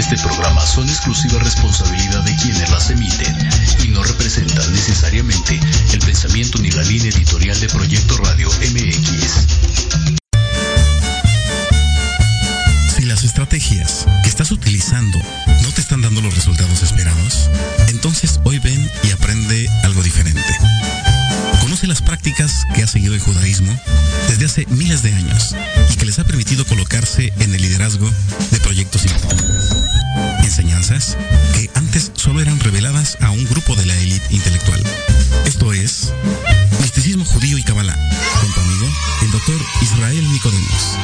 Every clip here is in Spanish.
este programa son exclusiva responsabilidad de quienes las emiten y no representan necesariamente el pensamiento ni la línea editorial de Proyecto Radio MX. Si las estrategias que estás utilizando no te están dando los resultados esperados, entonces hoy ven y aprende algo diferente. Conoce las prácticas que ha seguido el judaísmo desde hace miles de años y que les ha permitido colocarse en el liderazgo de proyectos importantes. Enseñanzas que antes solo eran reveladas a un grupo de la élite intelectual. Esto es Misticismo Judío y Kabbalah, con tu amigo, el Dr. Israel Nicodemos.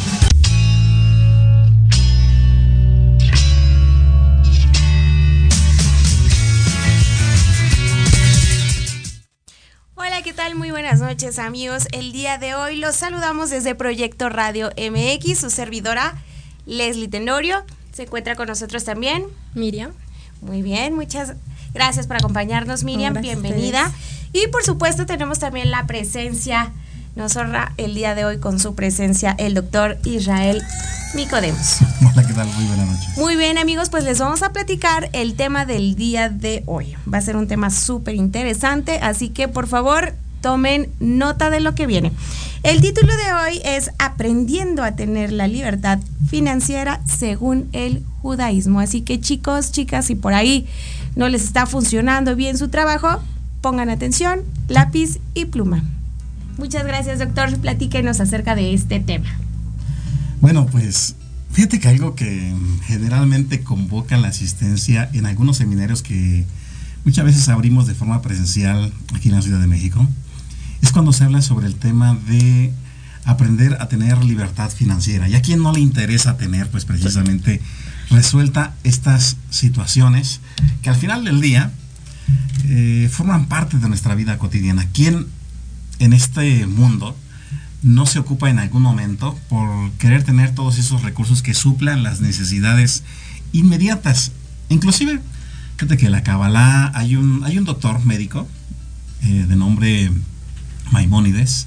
¿Qué tal? Muy buenas noches, amigos. El día de hoy los saludamos desde Proyecto Radio MX, su servidora Leslie Tenorio. Se encuentra con nosotros también Miriam. Muy bien, muchas gracias por acompañarnos, Miriam. Bienvenida. Y por supuesto tenemos también la presencia, nos honra el día de hoy con su presencia el doctor Israel Nicodemos. Hola, ¿qué tal? Muy buenas noches. Muy bien, amigos, pues les vamos a platicar el tema del día de hoy. Va a ser un tema súper interesante, así que por favor tomen nota de lo que viene. El título de hoy es Aprendiendo a tener la libertad financiera según el judaísmo. Así que chicos, chicas, si por ahí no les está funcionando bien su trabajo, pongan atención, lápiz y pluma. Muchas gracias, doctor. Platíquenos acerca de este tema. Bueno, pues fíjate que algo que generalmente convoca la asistencia en algunos seminarios que muchas veces abrimos de forma presencial aquí en la Ciudad de México es cuando se habla sobre el tema de aprender a tener libertad financiera. ¿Y a quién no le interesa tener, pues precisamente, resuelta estas situaciones que al final del día forman parte de nuestra vida cotidiana? ¿Quién en este mundo no se ocupa en algún momento por querer tener todos esos recursos que suplan las necesidades inmediatas? Inclusive, fíjate que en la Kabbalah hay un doctor médico de nombre Maimónides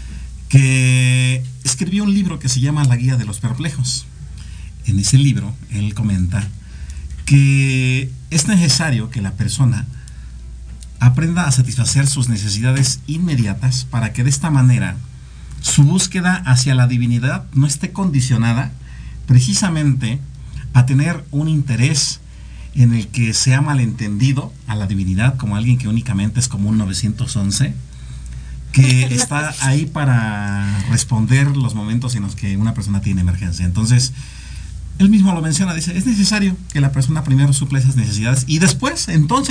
que escribió un libro que se llama La Guía de los Perplejos. En ese libro él comenta que es necesario que la persona aprenda a satisfacer sus necesidades inmediatas para que de esta manera su búsqueda hacia la divinidad no esté condicionada precisamente a tener un interés en el que sea malentendido a la divinidad como alguien que únicamente es como un 911, que está ahí para responder los momentos en los que una persona tiene emergencia. Entonces, él mismo lo menciona, dice, es necesario que la persona primero suple esas necesidades y después,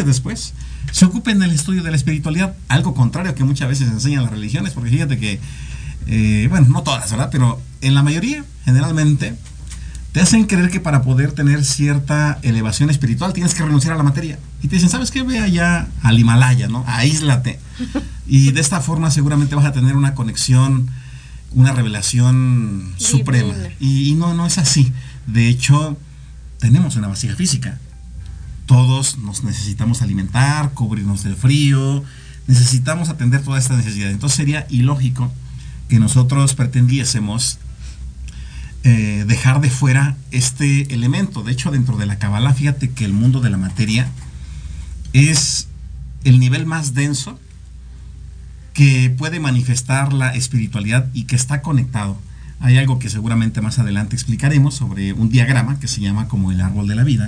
se ocupe en el estudio de la espiritualidad, algo contrario que muchas veces enseñan las religiones, porque fíjate que bueno, no todas, ¿verdad? Pero en la mayoría, generalmente, te hacen creer que para poder tener cierta elevación espiritual tienes que renunciar a la materia. Y te dicen, ¿sabes qué? Ve allá al Himalaya, ¿no? Aíslate. Y de esta forma seguramente vas a tener una conexión, una revelación suprema. Y no es así. De hecho, tenemos una vasija física. Todos nos necesitamos alimentar, cubrirnos del frío, necesitamos atender todas estas necesidades. Entonces sería ilógico que nosotros pretendiésemos dejar de fuera este elemento. De hecho, dentro de la Kabbalah, fíjate que el mundo de la materia es el nivel más denso que puede manifestar la espiritualidad y que está conectado. Hay algo que seguramente más adelante explicaremos sobre un diagrama que se llama como el árbol de la vida,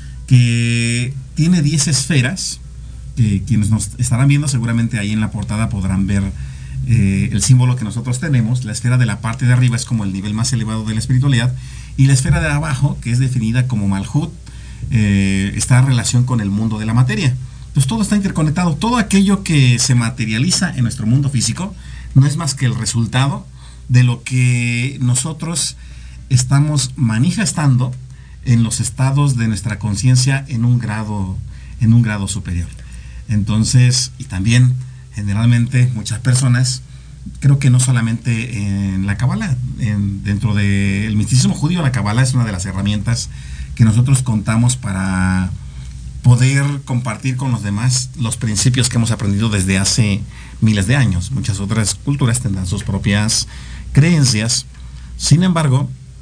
que tiene 10 esferas, que quienes nos estarán viendo seguramente ahí en la portada podrán ver el símbolo que nosotros tenemos. La esfera de la parte de arriba es como el nivel más elevado de la espiritualidad, y la esfera de abajo, que es definida como Malhut, está en relación con el mundo de la materia. Entonces todo está interconectado. Todo aquello que se materializa en nuestro mundo físico no es más que el resultado de lo que nosotros estamos manifestando en los estados de nuestra conciencia en un grado superior. Entonces, y también generalmente muchas personas, creo que no solamente en la Kabbalah, dentro del misticismo judío, la Kabbalah es una de las herramientas que nosotros contamos para poder compartir con los demás los principios que hemos aprendido desde hace miles de años. Muchas otras culturas tendrán sus propias creencias. Sin embargo,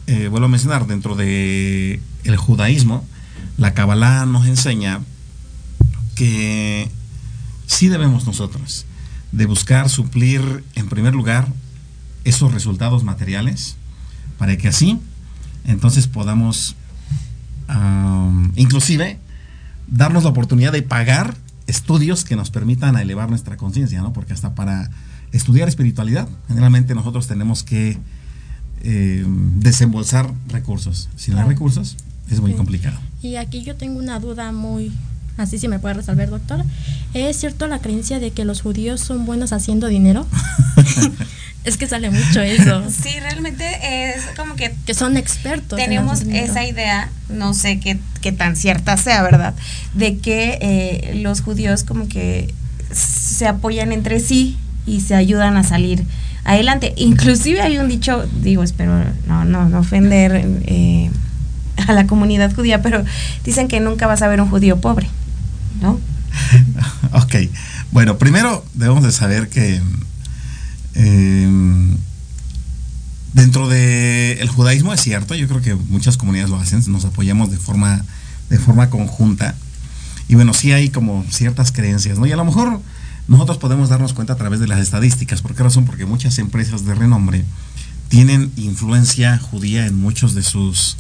vuelvo a mencionar, dentro de el judaísmo, la Kabbalah nos enseña que sí debemos nosotros de buscar suplir en primer lugar esos resultados materiales para que así entonces podamos inclusive darnos la oportunidad de pagar estudios que nos permitan elevar nuestra conciencia, ¿no? Porque hasta para estudiar espiritualidad generalmente nosotros tenemos que desembolsar recursos. Si no hay recursos es muy complicado. Y aquí yo tengo una duda muy... Así si me puede resolver, doctor. ¿Es cierto la creencia de que los judíos son buenos haciendo dinero? Es que sale mucho eso. Sí, realmente es como que son expertos. Tenemos esa idea, no sé qué tan cierta sea, ¿verdad? De que los judíos como que se apoyan entre sí y se ayudan a salir adelante. Inclusive hay un dicho, digo, espero no ofender a la comunidad judía, pero dicen que nunca vas a ver un judío pobre, ¿no? Ok, bueno, primero debemos de saber que dentro del judaísmo es cierto, yo creo que muchas comunidades lo hacen, nos apoyamos de forma conjunta, y bueno, sí hay como ciertas creencias, ¿no? Y a lo mejor nosotros podemos darnos cuenta a través de las estadísticas. ¿Por qué razón? Porque muchas empresas de renombre tienen influencia judía en muchos de sus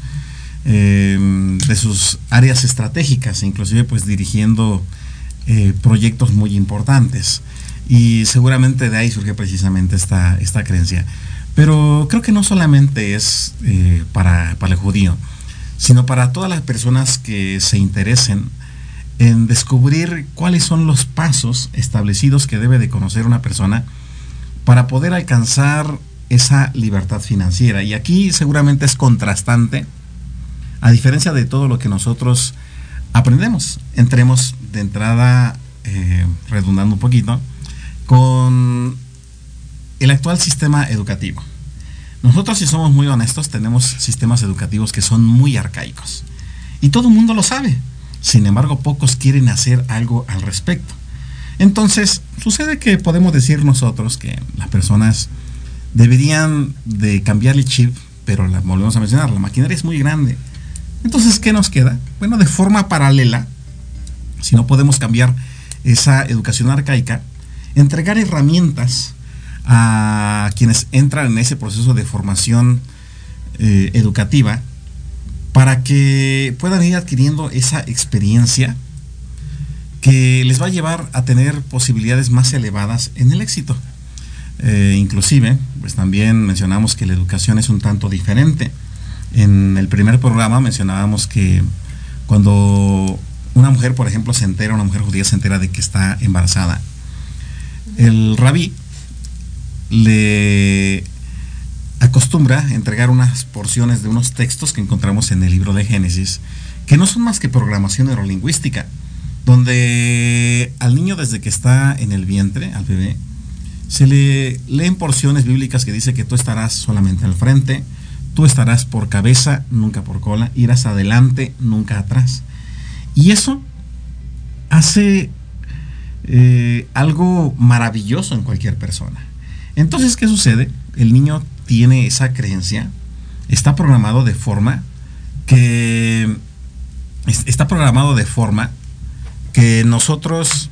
áreas estratégicas, inclusive pues dirigiendo proyectos muy importantes, y seguramente de ahí surge precisamente esta creencia. Pero creo que no solamente es para el judío, sino para todas las personas que se interesen en descubrir cuáles son los pasos establecidos que debe de conocer una persona para poder alcanzar esa libertad financiera. Y aquí seguramente es contrastante, a diferencia de todo lo que nosotros aprendemos. Entremos de entrada, redundando un poquito, con el actual sistema educativo. Nosotros, si somos muy honestos, tenemos sistemas educativos que son muy arcaicos. Y todo el mundo lo sabe. Sin embargo, pocos quieren hacer algo al respecto. Entonces, sucede que podemos decir nosotros que las personas deberían de cambiar el chip, pero volvemos a mencionar, la maquinaria es muy grande. Entonces, ¿qué nos queda? Bueno, de forma paralela, si no podemos cambiar esa educación arcaica, entregar herramientas a quienes entran en ese proceso de formación educativa para que puedan ir adquiriendo esa experiencia que les va a llevar a tener posibilidades más elevadas en el éxito. Inclusive, pues también mencionamos que la educación es un tanto diferente. En el primer programa mencionábamos que cuando una mujer, por ejemplo, una mujer judía se entera de que está embarazada, el rabí le acostumbra a entregar unas porciones de unos textos que encontramos en el libro de Génesis, que no son más que programación neurolingüística, donde al niño, desde que está en el vientre, al bebé, se le leen porciones bíblicas que dice que tú estarás solamente al frente, tú estarás por cabeza, nunca por cola, irás adelante, nunca atrás. Y eso hace algo maravilloso en cualquier persona. Entonces, ¿qué sucede? El niño tiene esa creencia, está programado de forma que nosotros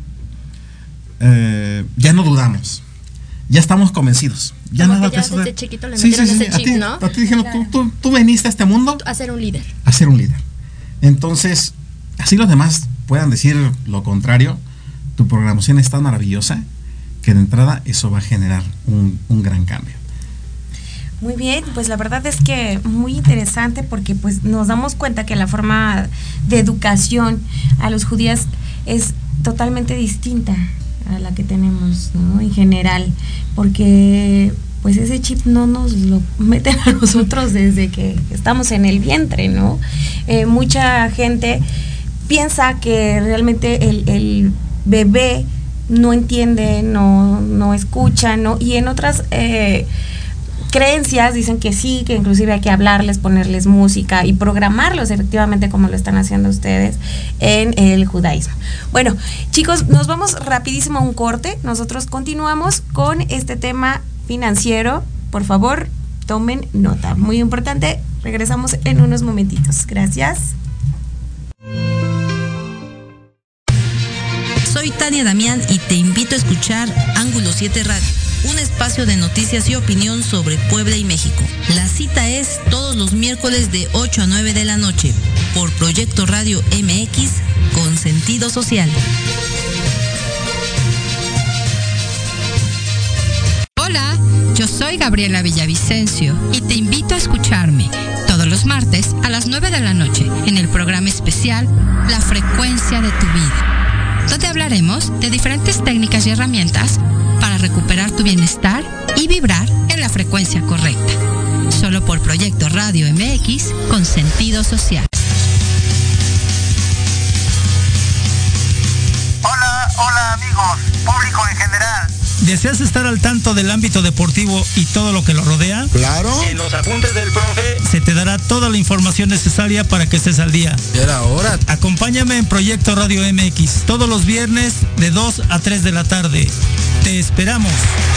ya no dudamos, ya estamos convencidos. Ya como nada que ya te desde chiquito le metieron ese chip, ¿no? A ti dijeron, claro. tú veniste a este mundo a ser un líder. A ser un líder. Entonces, así los demás puedan decir lo contrario, tu programación es tan maravillosa que de entrada eso va a generar un gran cambio. Muy bien, pues la verdad es que muy interesante, porque pues nos damos cuenta que la forma de educación a los judíos es totalmente distinta a la que tenemos, ¿no? En general, porque pues ese chip no nos lo meten a nosotros desde que estamos en el vientre, ¿no? Mucha gente piensa que realmente el bebé no entiende, no escucha, ¿no? Y en otras creencias dicen que sí, que inclusive hay que hablarles, ponerles música y programarlos efectivamente como lo están haciendo ustedes en el judaísmo. Bueno, chicos, nos vamos rapidísimo a un corte. Nosotros continuamos con este tema financiero. Por favor, Tomen nota, muy importante. Regresamos en unos momentitos. Gracias. Soy Tania Damián y te invito a escuchar Ángulo 7 Radio, un espacio de noticias y opinión sobre Puebla y México. La cita es todos los miércoles de 8 a 9 de la noche por Proyecto Radio MX con sentido social. Hola, yo soy Gabriela Villavicencio y te invito a escucarme todos los martes a las 9 de la noche en el programa especial La Frecuencia de tu Vida, donde hablaremos de diferentes técnicas y herramientas para recuperar tu bienestar y vibrar en la frecuencia correcta. Solo por Proyecto Radio MX con sentido social. Hola amigos, público en general. ¿Deseas estar al tanto del ámbito deportivo y todo lo que lo rodea? Claro. En los apuntes del profe se te dará toda la información necesaria para que estés al día. Ya era hora. Acompáñame en Proyecto Radio MX todos los viernes de 2 a 3 de la tarde. Te esperamos.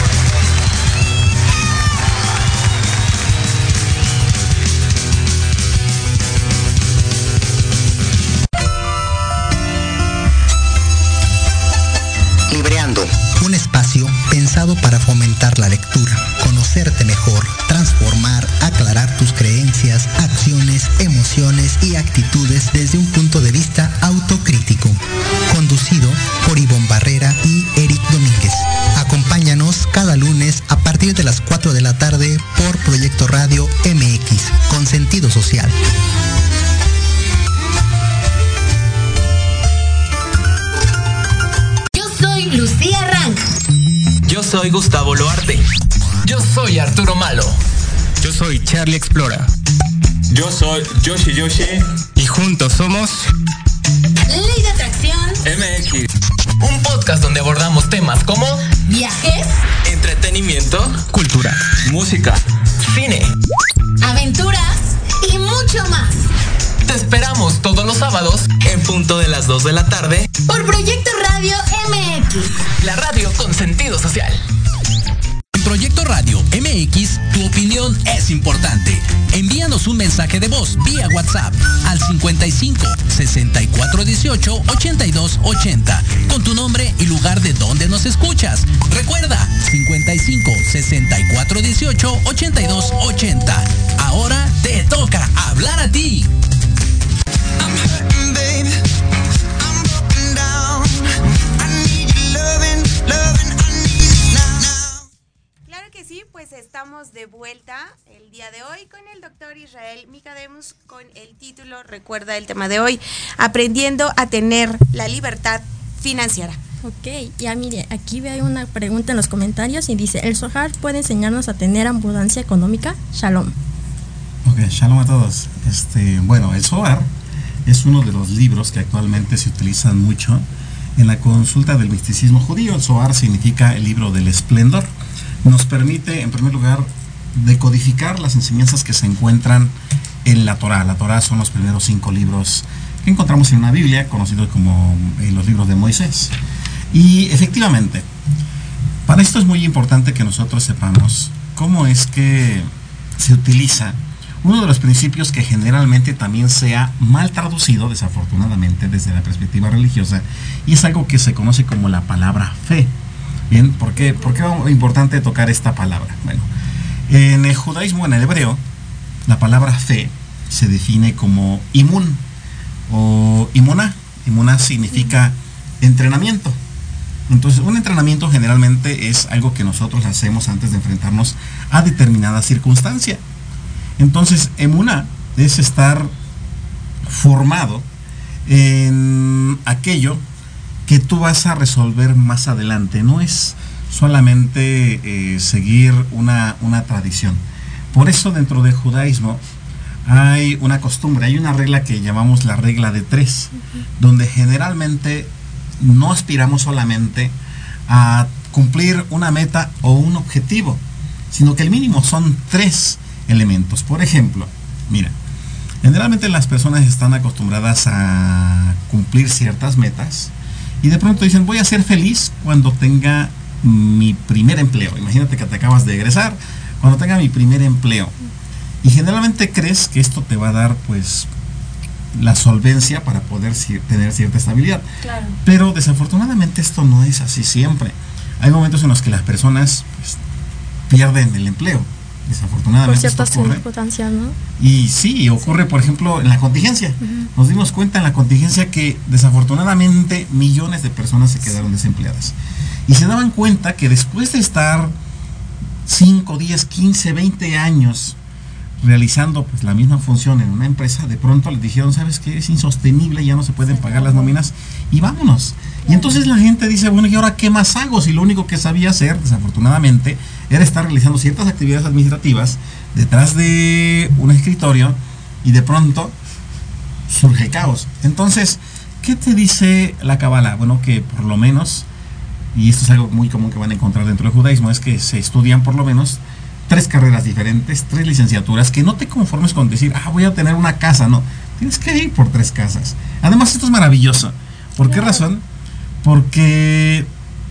Libreando, un espacio pensado para fomentar la lectura, conocerte mejor, transformar, aclarar tus creencias, acciones, emociones y actitudes desde un punto de vista autocrítico. Conducido por Ivonne Barrera y Eric Domínguez. Acompáñanos cada lunes a partir de las 4 de la tarde por Proyecto Radio MX, con sentido social. Lucía Rank. Yo soy Gustavo Loarte. Yo soy Arturo Malo. Yo soy Charlie Explora. Yo soy Yoshi. Y juntos somos Ley de Atracción MX. Un podcast donde abordamos temas como viajes, entretenimiento, cultura, música, cine, aventuras y mucho más. Te esperamos todos los sábados en punto de las 2 de la tarde por Proyecto Radio MX, la radio con sentido social. En Proyecto Radio MX, tu opinión es importante. Envíanos un mensaje de voz vía WhatsApp al 55 64 18 82 80 con tu nombre y lugar de donde nos escuchas. Recuerda, 55 64 18 82 80. Ahora te toca hablar a ti. Claro que sí, pues estamos de vuelta el día de hoy con el doctor Israel Micademus con el título, recuerda el tema de hoy, aprendiendo a tener la libertad financiera. Ok, ya mire, aquí veo una pregunta en los comentarios y dice, ¿el Zohar puede enseñarnos a tener abundancia económica? Shalom. Ok, shalom a todos. Bueno, el Zohar es uno de los libros que actualmente se utilizan mucho en la consulta del misticismo judío. El Zohar significa el libro del esplendor. Nos permite, en primer lugar, decodificar las enseñanzas que se encuentran en la Torá. La Torá son los primeros 5 libros que encontramos en una Biblia, conocidos como los libros de Moisés. Y efectivamente, para esto es muy importante que nosotros sepamos cómo es que se utiliza uno de los principios que generalmente también se ha mal traducido, desafortunadamente, desde la perspectiva religiosa, y es algo que se conoce como la palabra fe. Bien, ¿por qué es importante tocar esta palabra? Bueno, en el judaísmo, en el hebreo, la palabra fe se define como imun o imuná. Imuná significa entrenamiento. Entonces, un entrenamiento generalmente es algo que nosotros hacemos antes de enfrentarnos a determinada circunstancia. Entonces, emuná es estar formado en aquello que tú vas a resolver más adelante. No es solamente seguir una tradición. Por eso dentro del judaísmo hay una costumbre, hay una regla que llamamos la regla de 3, donde generalmente no aspiramos solamente a cumplir una meta o un objetivo, sino que el mínimo son 3 elementos. Por ejemplo, mira, generalmente las personas están acostumbradas a cumplir ciertas metas y de pronto dicen, voy a ser feliz cuando tenga mi primer empleo. Imagínate que te acabas de egresar, cuando tenga mi primer empleo. Y generalmente crees que esto te va a dar pues la solvencia para poder tener cierta estabilidad. Claro. Pero desafortunadamente esto no es así siempre. Hay momentos en los que las personas pues, pierden el empleo. Desafortunadamente. Por ciertas esto ocurre. circunstancias, ¿no? Y sí, ocurre, por ejemplo, en la contingencia. Nos dimos cuenta en la contingencia que desafortunadamente millones de personas se quedaron desempleadas. Y se daban cuenta que después de estar 5, 10, 15, 20 años realizando pues la misma función en una empresa, de pronto les dijeron, ¿sabes qué? Es insostenible, ya no se pueden pagar las nóminas y vámonos. Y entonces la gente dice, bueno, ¿y ahora qué más hago? Si lo único que sabía hacer, desafortunadamente, era estar realizando ciertas actividades administrativas detrás de un escritorio y de pronto surge el caos. Entonces, ¿qué te dice la Kabbalah? Bueno, que por lo menos, y esto es algo muy común que van a encontrar dentro del judaísmo, es que se estudian por lo menos 3 carreras diferentes, 3 licenciaturas, que no te conformes con decir, voy a tener una casa, no, tienes que ir por 3 casas. Además, esto es maravilloso. ¿Por qué razón? Porque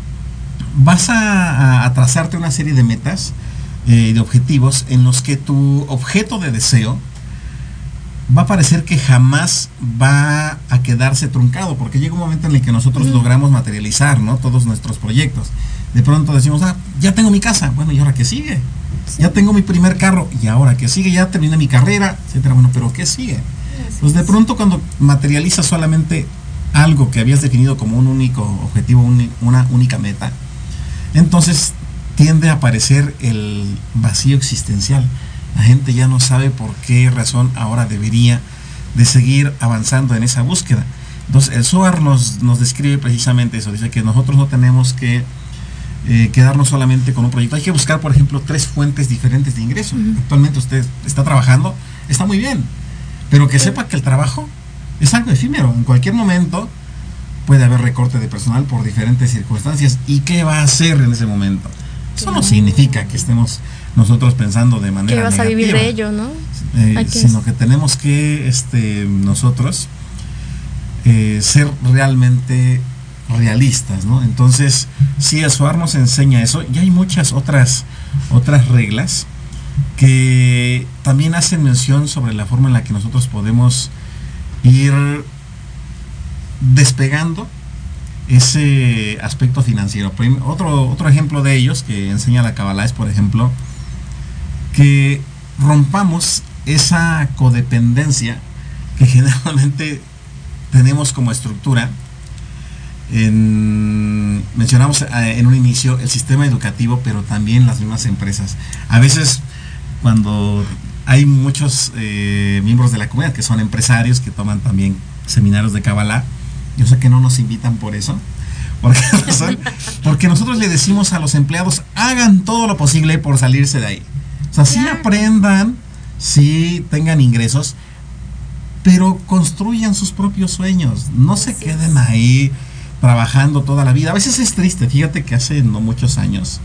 vas a trazarte una serie de metas, de objetivos, en los que tu objeto de deseo va a parecer que jamás va a quedarse truncado, porque llega un momento en el que nosotros logramos materializar, ¿no?, todos nuestros proyectos. De pronto decimos, ya tengo mi casa, bueno, ¿y ahora qué sigue? Sí. Ya tengo mi primer carro, ¿y ahora qué sigue? Ya terminé mi carrera, etcétera. Bueno, ¿pero qué sigue? Pues de pronto cuando materializas solamente algo que habías definido como un único objetivo, una única meta, entonces tiende a aparecer el vacío existencial. La gente ya no sabe por qué razón ahora debería de seguir avanzando en esa búsqueda. Entonces el Zohar nos describe precisamente eso. Dice que nosotros no tenemos que quedarnos solamente con un proyecto. Hay que buscar, por ejemplo, 3 fuentes diferentes de ingreso. Actualmente usted está trabajando, está muy bien, pero que sepa que el trabajo es algo efímero. En cualquier momento puede haber recorte de personal por diferentes circunstancias. ¿Y qué va a hacer en ese momento? Eso no significa que estemos nosotros pensando de manera que vas negativa, a vivir de ello, ¿no? Sino que tenemos que nosotros ser realmente realistas, ¿no? Entonces, sí, el Zohar nos enseña eso, y hay muchas otras reglas que también hacen mención sobre la forma en la que nosotros podemos ir despegando ese aspecto financiero. Otro ejemplo de ellos que enseña la Kabbalah es, por ejemplo, que rompamos esa codependencia que generalmente tenemos como estructura. Mencionamos en un inicio el sistema educativo, pero también las mismas empresas. A veces cuando hay muchos miembros de la comunidad que son empresarios, que toman también seminarios de Kabbalah, yo sé que no nos invitan por eso. ¿Por qué razón? Porque nosotros le decimos a los empleados, hagan todo lo posible por salirse de ahí. O sea, sí aprendan, sí tengan ingresos, pero construyan sus propios sueños. No se queden ahí trabajando toda la vida. A veces es triste. Fíjate que hace no muchos años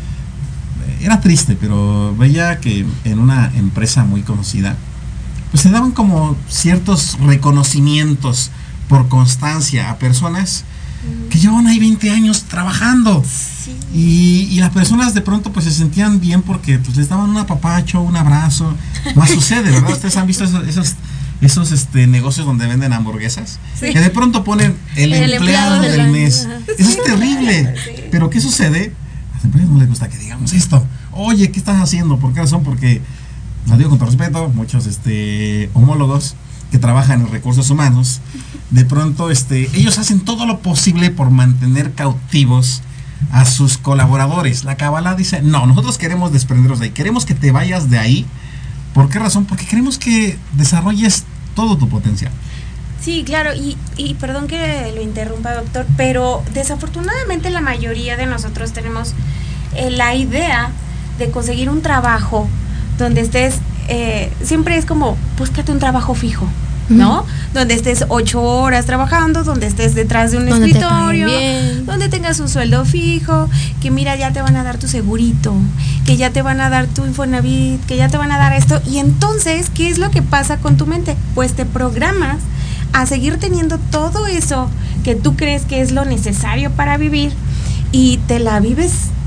era triste, pero veía que en una empresa muy conocida pues se daban como ciertos reconocimientos por constancia a personas que llevan ahí 20 años trabajando. Y las personas de pronto pues se sentían bien porque pues les daban un apapacho, un abrazo. Más sucede, ¿verdad? Ustedes han visto esos negocios donde venden hamburguesas, que de pronto ponen el empleado del mes. Eso es terrible. Pero ¿qué sucede? A las empresas no les gusta que digamos esto. Oye, ¿qué estás haciendo? ¿Por qué razón? Porque, lo digo con todo respeto, muchos homólogos que trabajan en recursos humanos, de pronto ellos hacen todo lo posible por mantener cautivos a sus colaboradores. La Kabbalah dice, no, nosotros queremos desprendernos de ahí, queremos que te vayas de ahí. ¿Por qué razón? Porque queremos que desarrolles todo tu potencial. Sí, claro, y perdón que lo interrumpa, doctor, pero desafortunadamente la mayoría de nosotros tenemos la idea de conseguir un trabajo donde estés, siempre es como, búscate un trabajo fijo, ¿no? Donde estés 8 horas trabajando, donde estés detrás de un escritorio, donde tengas un sueldo fijo, que mira, ya te van a dar tu segurito, que ya te van a dar tu Infonavit, que ya te van a dar esto. Y entonces, ¿qué es lo que pasa con tu mente? Pues te programas a seguir teniendo todo eso que tú crees que es lo necesario para vivir y te la vives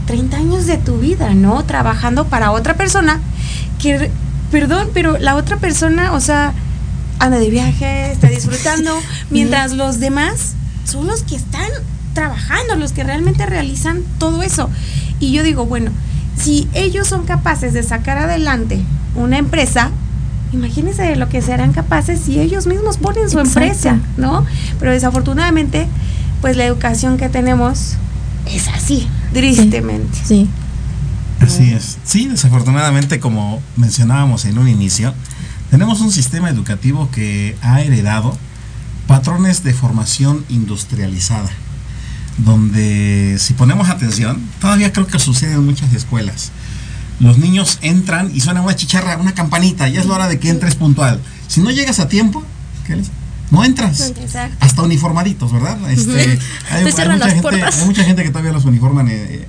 30 años de tu vida, ¿no? Trabajando para otra persona que, perdón, pero la otra persona, o sea, anda de viaje, está disfrutando, mientras los demás son los que están trabajando, los que realmente realizan todo eso. Y yo digo, bueno, si ellos son capaces de sacar adelante una empresa, imagínense lo que serán capaces si ellos mismos ponen su empresa, ¿no? Pero desafortunadamente, pues la educación que tenemos es así, tristemente. Sí. Así es. Sí, desafortunadamente, como mencionábamos en un inicio, tenemos un sistema educativo que ha heredado patrones de formación industrializada, donde si ponemos atención, todavía creo que sucede en muchas escuelas. Los niños entran y suena una chicharra, una campanita, ya es la hora de que entres puntual. Si no llegas a tiempo, no entras. Exacto. Hasta uniformaditos, ¿verdad? Hay mucha gente que todavía los uniforman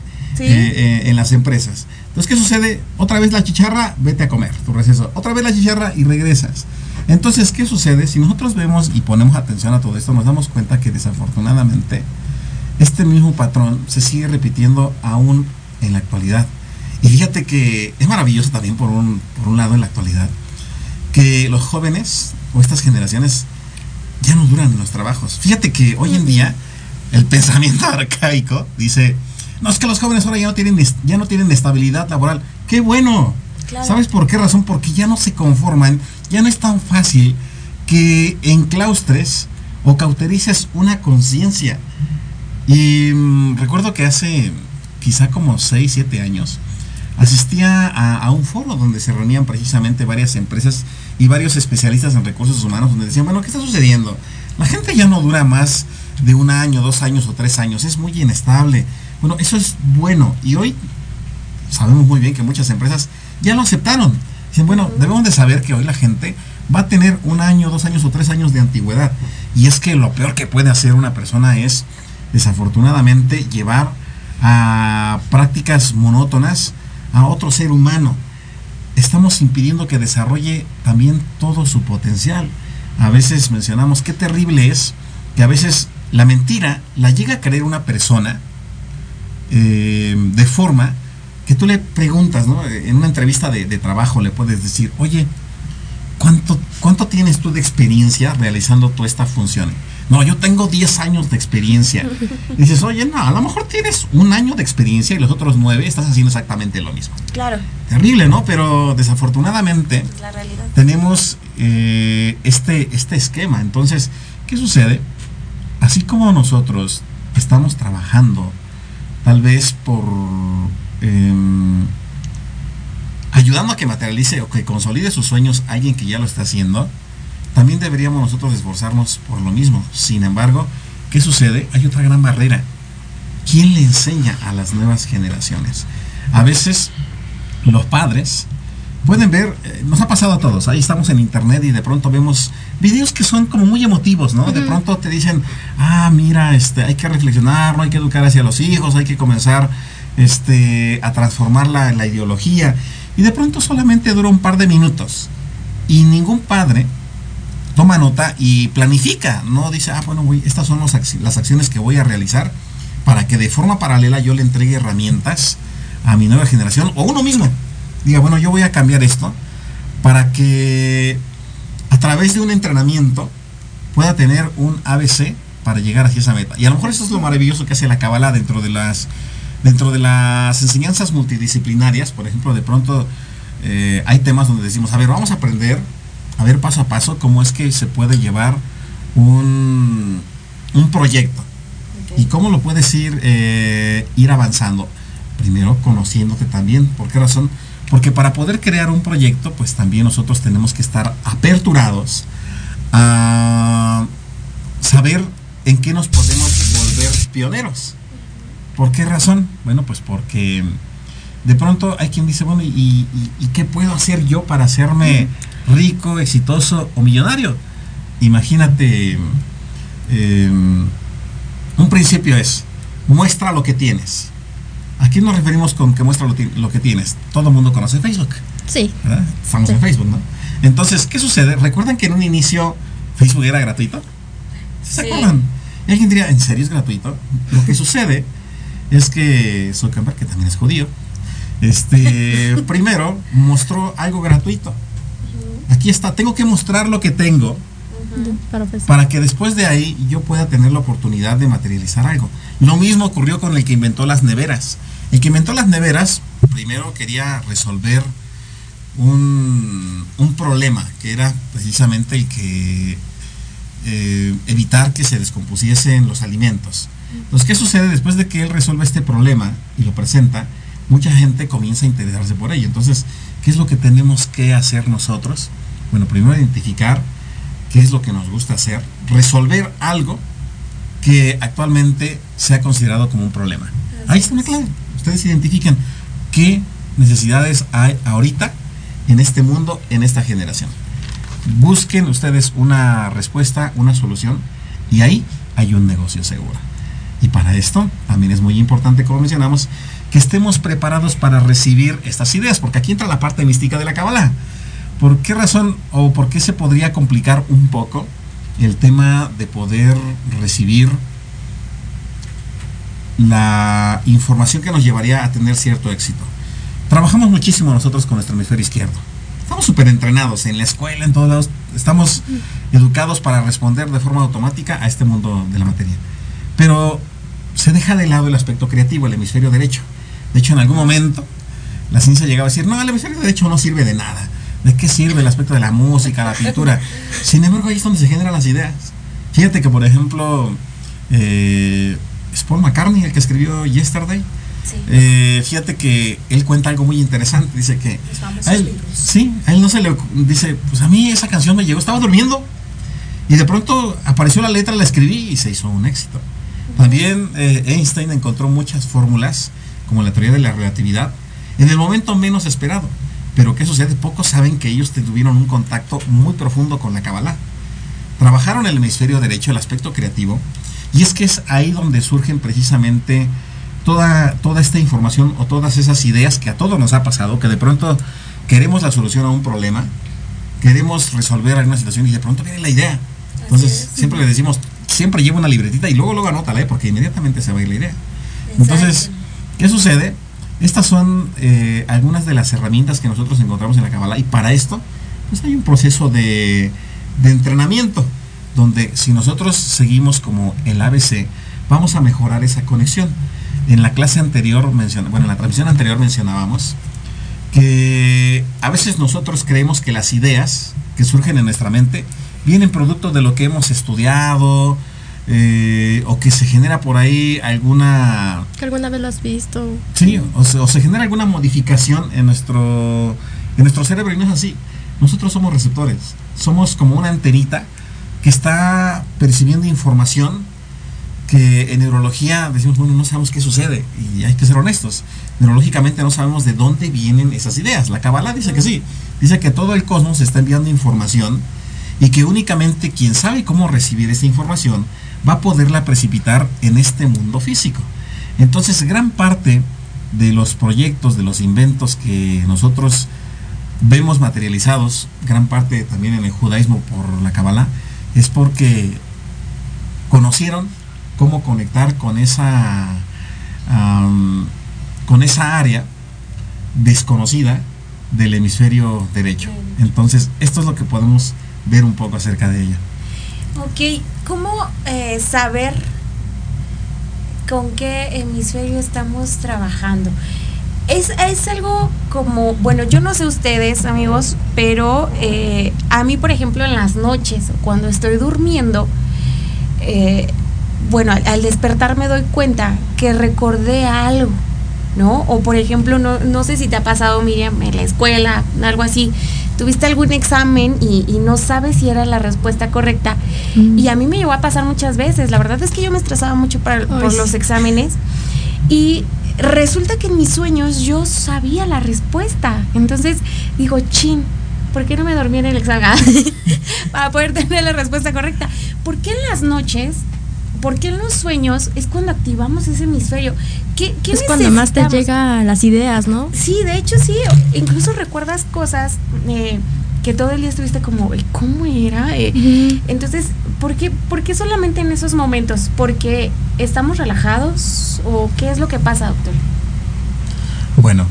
en las empresas. Entonces, ¿qué sucede? Otra vez la chicharra, vete a comer tu receso. Otra vez la chicharra y regresas. Entonces, ¿qué sucede? Si nosotros vemos y ponemos atención a todo esto, nos damos cuenta que desafortunadamente este mismo patrón se sigue repitiendo aún en la actualidad. Y fíjate que es maravilloso también por un lado en la actualidad que los jóvenes o estas generaciones ya no duran en los trabajos. Fíjate que hoy en día el pensamiento arcaico dice, no, es que los jóvenes ahora ya no tienen estabilidad laboral. ¡Qué bueno! Claro. ¿Sabes por qué razón? Porque ya no se conforman, ya no es tan fácil que enclaustres o cauterices una conciencia. Y recuerdo que hace quizá como 6, 7 años asistía a un foro donde se reunían precisamente varias empresas y varios especialistas en recursos humanos, donde decían, bueno, ¿qué está sucediendo? La gente ya no dura más de 1 año, 2 años o 3 años, es muy inestable. Bueno, eso es bueno, y hoy sabemos muy bien que muchas empresas ya lo aceptaron. Dicen, bueno, debemos de saber que hoy la gente va a tener 1 año, 2 años o 3 años de antigüedad, y es que lo peor que puede hacer una persona es, desafortunadamente, llevar a prácticas monótonas a otro ser humano. Estamos impidiendo que desarrolle también todo su potencial. A veces mencionamos qué terrible es que a veces la mentira la llega a creer una persona de forma que tú le preguntas, ¿no? En una entrevista de trabajo le puedes decir, oye, ¿cuánto tienes tú de experiencia realizando toda esta función? No, yo tengo 10 años de experiencia. Y dices, oye, no, a lo mejor tienes 1 año de experiencia y los otros 9 estás haciendo exactamente lo mismo. Claro. Terrible, ¿no? Pero desafortunadamente la realidad. Tenemos este esquema. Entonces, ¿qué sucede? Así como nosotros estamos trabajando, tal vez por ayudando a que materialice o que consolide sus sueños alguien que ya lo está haciendo, también deberíamos nosotros esforzarnos por lo mismo. Sin embargo, ¿qué sucede? Hay otra gran barrera. ¿Quién le enseña a las nuevas generaciones? A veces los padres pueden ver, nos ha pasado a todos, ahí estamos en internet y de pronto vemos videos que son como muy emotivos, ¿no? De pronto te dicen, mira, hay que reflexionar, no hay que educar hacia los hijos, hay que comenzar a transformar la ideología, y de pronto solamente dura un par de minutos y ningún padre toma nota y planifica, no dice, bueno, estas son las acciones que voy a realizar para que de forma paralela yo le entregue herramientas a mi nueva generación, o uno mismo diga, bueno, yo voy a cambiar esto para que a través de un entrenamiento pueda tener un ABC para llegar hacia esa meta. Y a lo mejor eso es lo maravilloso que hace la Kabbalah dentro de las enseñanzas multidisciplinarias. Por ejemplo, de pronto hay temas donde decimos, a ver, vamos a aprender a ver paso a paso cómo es que se puede llevar un proyecto. Okay. Y cómo lo puedes ir avanzando. Primero, conociéndote también. ¿Por qué razón? Porque para poder crear un proyecto, pues también nosotros tenemos que estar aperturados a saber en qué nos podemos volver pioneros. ¿Por qué razón? Bueno, pues porque de pronto hay quien dice, bueno, ¿y qué puedo hacer yo para hacerme rico, exitoso o millonario? Imagínate, un principio es, muestra lo que tienes. ¿A quién nos referimos con que muestra lo que tienes? Todo el mundo conoce Facebook. Sí. ¿Verdad? Estamos en Facebook, ¿no? Entonces, ¿qué sucede? ¿Recuerdan que en un inicio Facebook era gratuito? ¿Se acuerdan? Y alguien diría, ¿en serio es gratuito? Lo que sucede es que Zuckerberg, que también es judío, primero mostró algo gratuito. Aquí está, tengo que mostrar lo que tengo para que después de ahí yo pueda tener la oportunidad de materializar algo. Lo mismo ocurrió con el que inventó las neveras. El que inventó las neveras primero quería resolver un problema, que era precisamente el que evitar que se descompusiesen los alimentos. Entonces, ¿qué sucede? Después de que él resuelve este problema y lo presenta, mucha gente comienza a interesarse por ello. Entonces, ¿qué es lo que tenemos que hacer nosotros? Bueno, primero identificar qué es lo que nos gusta hacer, resolver algo que actualmente sea considerado como un problema. Ahí está una clave. Ustedes identifican qué necesidades hay ahorita en este mundo, en esta generación. Busquen ustedes una respuesta, una solución, y ahí hay un negocio seguro. Y para esto también es muy importante, como mencionamos, que estemos preparados para recibir estas ideas, porque aquí entra la parte mística de la Kabbalah. ¿Por qué razón o por qué se podría complicar un poco el tema de poder recibir la información que nos llevaría a tener cierto éxito? Trabajamos muchísimo nosotros con nuestro hemisferio izquierdo. Estamos súper entrenados en la escuela, en todos lados. Estamos educados para responder de forma automática a este mundo de la materia. Pero se deja de lado el aspecto creativo, el hemisferio derecho. De hecho, en algún momento la ciencia llegaba a decir, no, el hemisferio derecho no sirve de nada. ¿De qué sirve el aspecto de la música, la pintura? Sin embargo, ahí es donde se generan las ideas. Fíjate que, por ejemplo, es Paul McCartney el que escribió Yesterday. Sí. Fíjate que él cuenta algo muy interesante. Dice que a él no se le dice, pues a mí esa canción me llegó, estaba durmiendo y de pronto apareció la letra, la escribí y se hizo un éxito. También Einstein encontró muchas fórmulas, como la teoría de la relatividad, en el momento menos esperado. Pero ¿qué sucede? Pocos saben que ellos tuvieron un contacto muy profundo con la Kabbalah. Trabajaron el hemisferio derecho, el aspecto creativo, y es que es ahí donde surgen precisamente toda esta información o todas esas ideas que a todos nos ha pasado, que de pronto queremos la solución a un problema, queremos resolver alguna situación y de pronto viene la idea. Entonces siempre le decimos, siempre lleva una libretita y luego anótala, porque inmediatamente se va a ir la idea. Entonces, ¿qué sucede? Estas son algunas de las herramientas que nosotros encontramos en la Kabbalah, y para esto pues hay un proceso de entrenamiento, donde si nosotros seguimos como el ABC, vamos a mejorar esa conexión. En la clase anterior, en la transmisión anterior mencionábamos que a veces nosotros creemos que las ideas que surgen en nuestra mente vienen producto de lo que hemos estudiado, o que se genera por ahí alguna... Que alguna vez lo has visto. Sí, o se genera alguna modificación en nuestro cerebro, y no es así. Nosotros somos receptores, somos como una antenita que está percibiendo información que en neurología decimos, bueno, no sabemos qué sucede, y hay que ser honestos. Neurológicamente no sabemos de dónde vienen esas ideas. La Kabbalah dice que sí, dice que todo el cosmos está enviando información y que únicamente quien sabe cómo recibir esa información va a poderla precipitar en este mundo físico. Entonces, gran parte de los proyectos, de los inventos que nosotros vemos materializados, gran parte también en el judaísmo por la Kabbalah, es porque conocieron cómo conectar con esa área desconocida del hemisferio derecho. Entonces, esto es lo que podemos ver un poco acerca de ella. Ok, ¿cómo saber con qué hemisferio estamos trabajando? Es algo como, bueno, yo no sé ustedes, amigos, pero a mí, por ejemplo, en las noches, cuando estoy durmiendo, bueno, al despertar me doy cuenta que recordé algo, ¿no? O por ejemplo, no sé si te ha pasado, Miriam, en la escuela, algo así, tuviste algún examen y no sabes si era la respuesta correcta. Y a mí me llegó a pasar muchas veces. La verdad es que yo me estresaba mucho por los exámenes, y resulta que en mis sueños yo sabía la respuesta. Entonces digo, chin, ¿por qué no me dormí en el examen? Para poder tener la respuesta correcta. ¿Por qué en las noches? Porque en los sueños es cuando activamos ese hemisferio. ¿Qué es cuando más te llegan las ideas, ¿no? Sí, de hecho sí. Incluso recuerdas cosas que todo el día estuviste como, ¿cómo era? Entonces, ¿por qué solamente en esos momentos? ¿Porque estamos relajados o qué es lo que pasa, doctor? Bueno,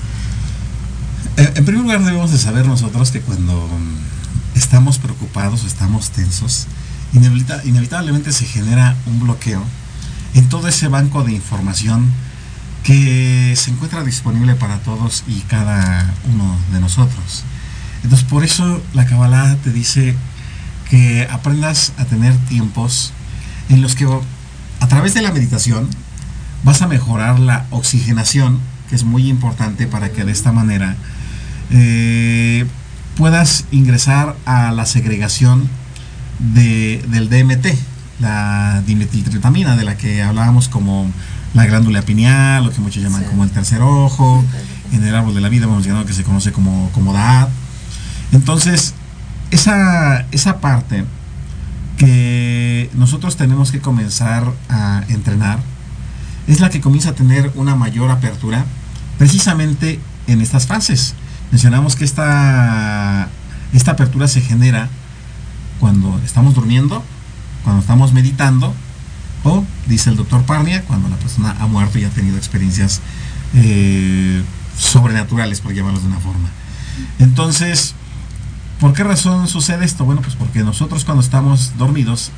en primer lugar debemos de saber nosotros que cuando estamos preocupados o estamos tensos, inevitablemente se genera un bloqueo en todo ese banco de información que se encuentra disponible para todos y cada uno de nosotros. Entonces, por eso la Kabbalah te dice que aprendas a tener tiempos en los que a través de la meditación vas a mejorar la oxigenación, que es muy importante para que de esta manera puedas ingresar a la segregación del DMT, la dimetiltriptamina, de la que hablábamos como la glándula pineal, lo que muchos llaman como el tercer ojo. En el árbol de la vida hemos llegado que se conoce como Da'at. Entonces, esa parte que nosotros tenemos que comenzar a entrenar es la que comienza a tener una mayor apertura precisamente en estas fases. Mencionamos que esta apertura se genera cuando estamos durmiendo, cuando estamos meditando, o, dice el doctor Parnia, cuando la persona ha muerto y ha tenido experiencias sobrenaturales, por llamarlos de una forma. Entonces, ¿por qué razón sucede esto? Bueno, pues porque nosotros cuando estamos dormidos,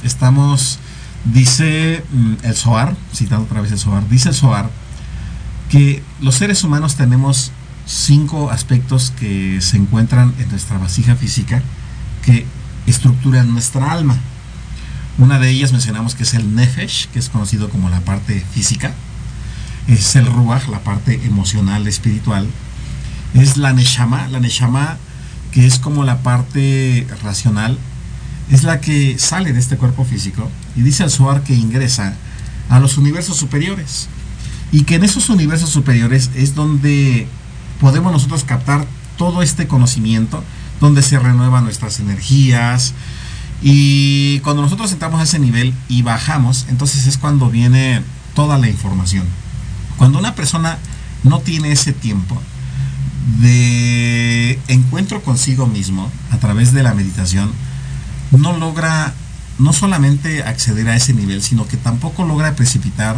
dice el Zohar, citando otra vez el Zohar, dice el Zohar que los seres humanos tenemos 5 aspectos que se encuentran en nuestra vasija física que estructuran nuestra alma. Una de ellas mencionamos que es el Nefesh, que es conocido como la parte física. Es el Ruach, la parte emocional, espiritual. Es la Neshama, que es como la parte racional. Es la que sale de este cuerpo físico. Y dice el Zohar que ingresa a los universos superiores. Y que en esos universos superiores es donde podemos nosotros captar todo este conocimiento, donde se renuevan nuestras energías. Y cuando nosotros entramos a ese nivel y bajamos, entonces es cuando viene toda la información. Cuando una persona no tiene ese tiempo de encuentro consigo mismo a través de la meditación, no logra no solamente acceder a ese nivel, sino que tampoco logra precipitar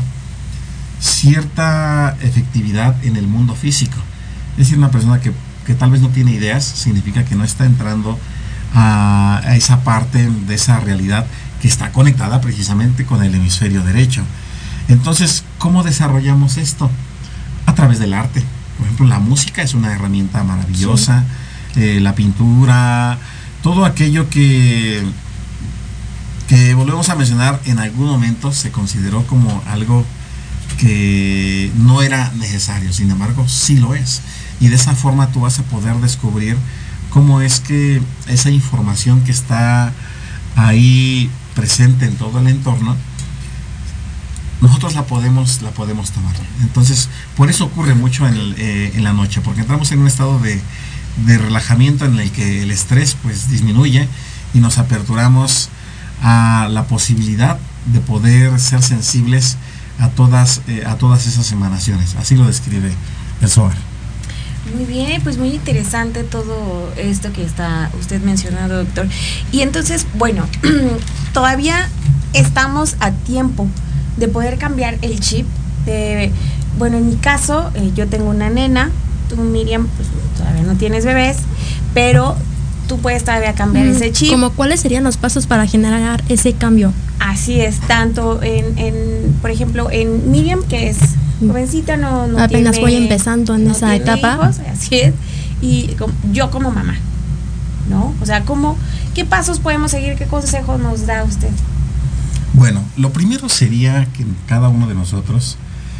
cierta efectividad en el mundo físico. Es decir, una persona que tal vez no tiene ideas, significa que no está entrando a esa parte de esa realidad que está conectada precisamente con el hemisferio derecho. Entonces, ¿cómo desarrollamos esto? A través del arte. Por ejemplo, la música es una herramienta maravillosa, la pintura, todo aquello que volvemos a mencionar en algún momento se consideró como algo que no era necesario, sin embargo sí lo es, y de esa forma tú vas a poder descubrir cómo es que esa información que está ahí presente en todo el entorno, nosotros la podemos tomar. Entonces, por eso ocurre mucho en la noche, porque entramos en un estado de relajamiento en el que el estrés pues disminuye y nos aperturamos a la posibilidad de poder ser sensibles a todas esas emanaciones. Así lo describe el Zohar. Muy bien, pues muy interesante todo esto que está usted mencionando, doctor. Y entonces, bueno, todavía estamos a tiempo de poder cambiar el chip. Bueno, en mi caso, yo tengo una nena, tú, Miriam, pues todavía no tienes bebés, pero tú puedes todavía cambiar ese chip. ¿Cómo cuáles serían los pasos para generar ese cambio? Así es, tanto por ejemplo, en Miriam, que es jovencita, no apenas voy empezando en esa etapa. Hijos, así es, y yo como mamá, ¿no? O sea, ¿qué pasos podemos seguir? ¿Qué consejo nos da usted? Bueno, lo primero sería que cada uno de nosotros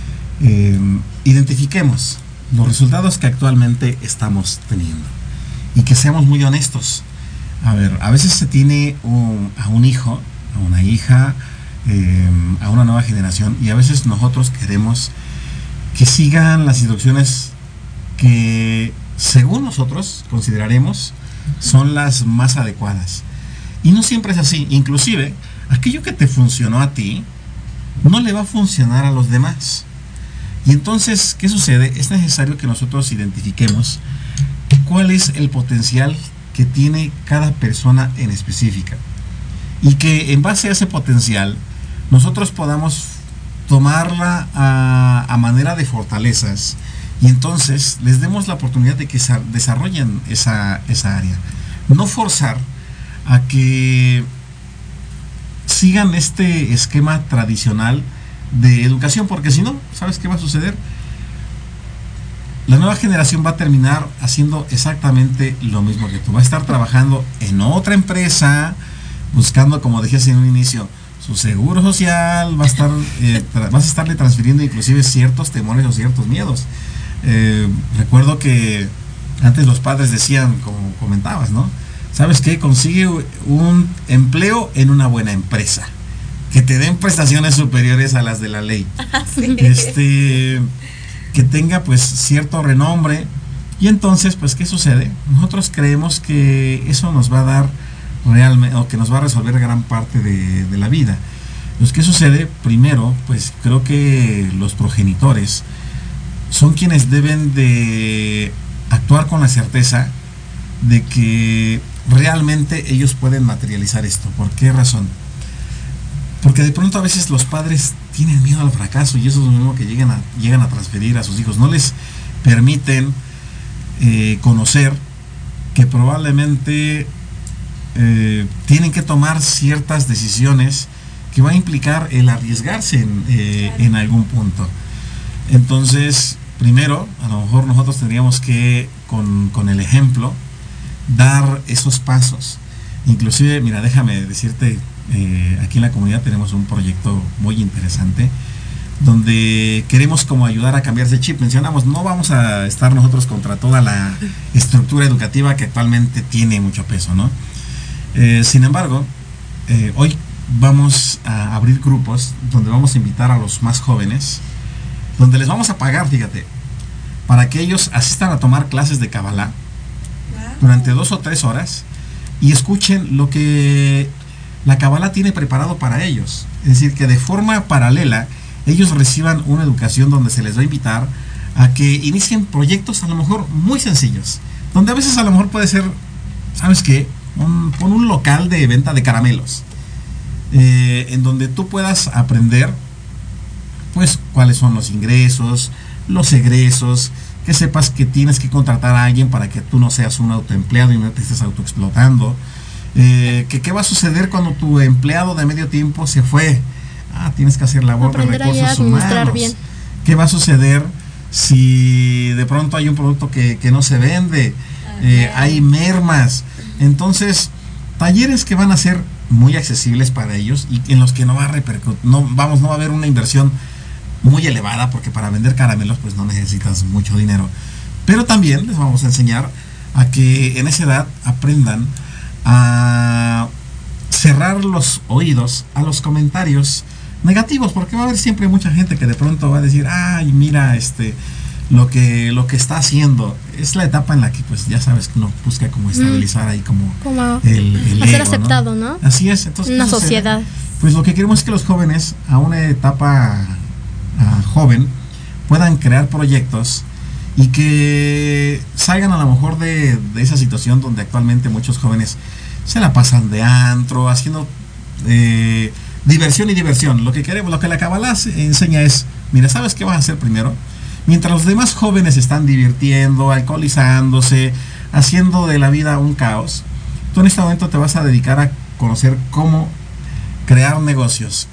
identifiquemos los resultados que actualmente estamos teniendo y que seamos muy honestos. A veces se tiene a un hijo, a una hija, a una nueva generación, y a veces nosotros queremos que sigan las instrucciones que según nosotros consideraremos son las más adecuadas, y no siempre es así. Inclusive aquello que te funcionó a ti no le va a funcionar a los demás. Y entonces, ¿qué sucede? Es necesario que nosotros identifiquemos cuál es el potencial que tiene cada persona en específica, y que en base a ese potencial nosotros podamos tomarla a manera de fortalezas, y entonces les demos la oportunidad de que desarrollen esa área. No forzar a que sigan este esquema tradicional de educación, porque si no, ¿sabes qué va a suceder? La nueva generación va a terminar haciendo exactamente lo mismo que tú. Va a estar trabajando en otra empresa, buscando, como decías en un inicio, su seguro social, vas a estarle transfiriendo inclusive ciertos temores o ciertos miedos. Recuerdo que antes los padres decían, como comentabas, ¿no? ¿Sabes qué? Consigue un empleo en una buena empresa, que te den prestaciones superiores a las de la ley. Sí. Que tenga pues cierto renombre, y entonces pues ¿qué sucede? Nosotros creemos que eso nos va a dar realmente, o que nos va a resolver gran parte de la vida. Pues ¿qué sucede? Primero, pues creo que los progenitores son quienes deben de actuar con la certeza de que realmente ellos pueden materializar esto. ¿Por qué razón? Porque de pronto a veces los padres tienen miedo al fracaso, y eso es lo mismo que llegan a transferir a sus hijos. No les permiten conocer que probablemente tienen que tomar ciertas decisiones que va a implicar el arriesgarse en algún punto. Entonces, primero, a lo mejor nosotros tendríamos que, con el ejemplo, dar esos pasos. Inclusive, mira, déjame decirte, aquí en la comunidad tenemos un proyecto muy interesante donde queremos como ayudar a cambiar ese chip. Mencionamos, no vamos a estar nosotros contra toda la estructura educativa que actualmente tiene mucho peso, ¿no? Sin embargo, hoy vamos a abrir grupos donde vamos a invitar a los más jóvenes, donde les vamos a pagar, fíjate, para que ellos asistan a tomar clases de Kabbalah durante 2 o 3 horas y escuchen lo que la Kabbalah tiene preparado para ellos. Es decir, que de forma paralela ellos reciban una educación donde se les va a invitar a que inicien proyectos a lo mejor muy sencillos, donde a veces a lo mejor puede ser, ¿sabes qué? Pon un local de venta de caramelos, en donde tú puedas aprender pues cuáles son los ingresos, los egresos, que sepas que tienes que contratar a alguien para que tú no seas un autoempleado y no te estés autoexplotando. ¿Qué va a suceder cuando tu empleado de medio tiempo se fue? Tienes que hacer labor de recursos humanos. Bien. ¿Qué va a suceder si de pronto hay un producto que no se vende? Hay mermas. Entonces, talleres que van a ser muy accesibles para ellos y en los que no va a haber una inversión muy elevada, porque para vender caramelos pues no necesitas mucho dinero. Pero también les vamos a enseñar a que en esa edad aprendan a cerrar los oídos a los comentarios negativos, porque va a haber siempre mucha gente que de pronto va a decir, ay, mira, lo que está haciendo. Es la etapa en la que pues ya sabes que uno busca como estabilizar ahí como el ser ego, aceptado, ¿no? Así es. Entonces, una sociedad. Pues lo que queremos es que los jóvenes a una etapa joven puedan crear proyectos y que salgan a lo mejor de esa situación donde actualmente muchos jóvenes se la pasan de antro, haciendo diversión y diversión. Lo que la Kabbalah enseña es, mira, ¿sabes qué vas a hacer primero? Mientras los demás jóvenes están divirtiendo, alcoholizándose, haciendo de la vida un caos, tú en este momento te vas a dedicar a conocer cómo crear negocios,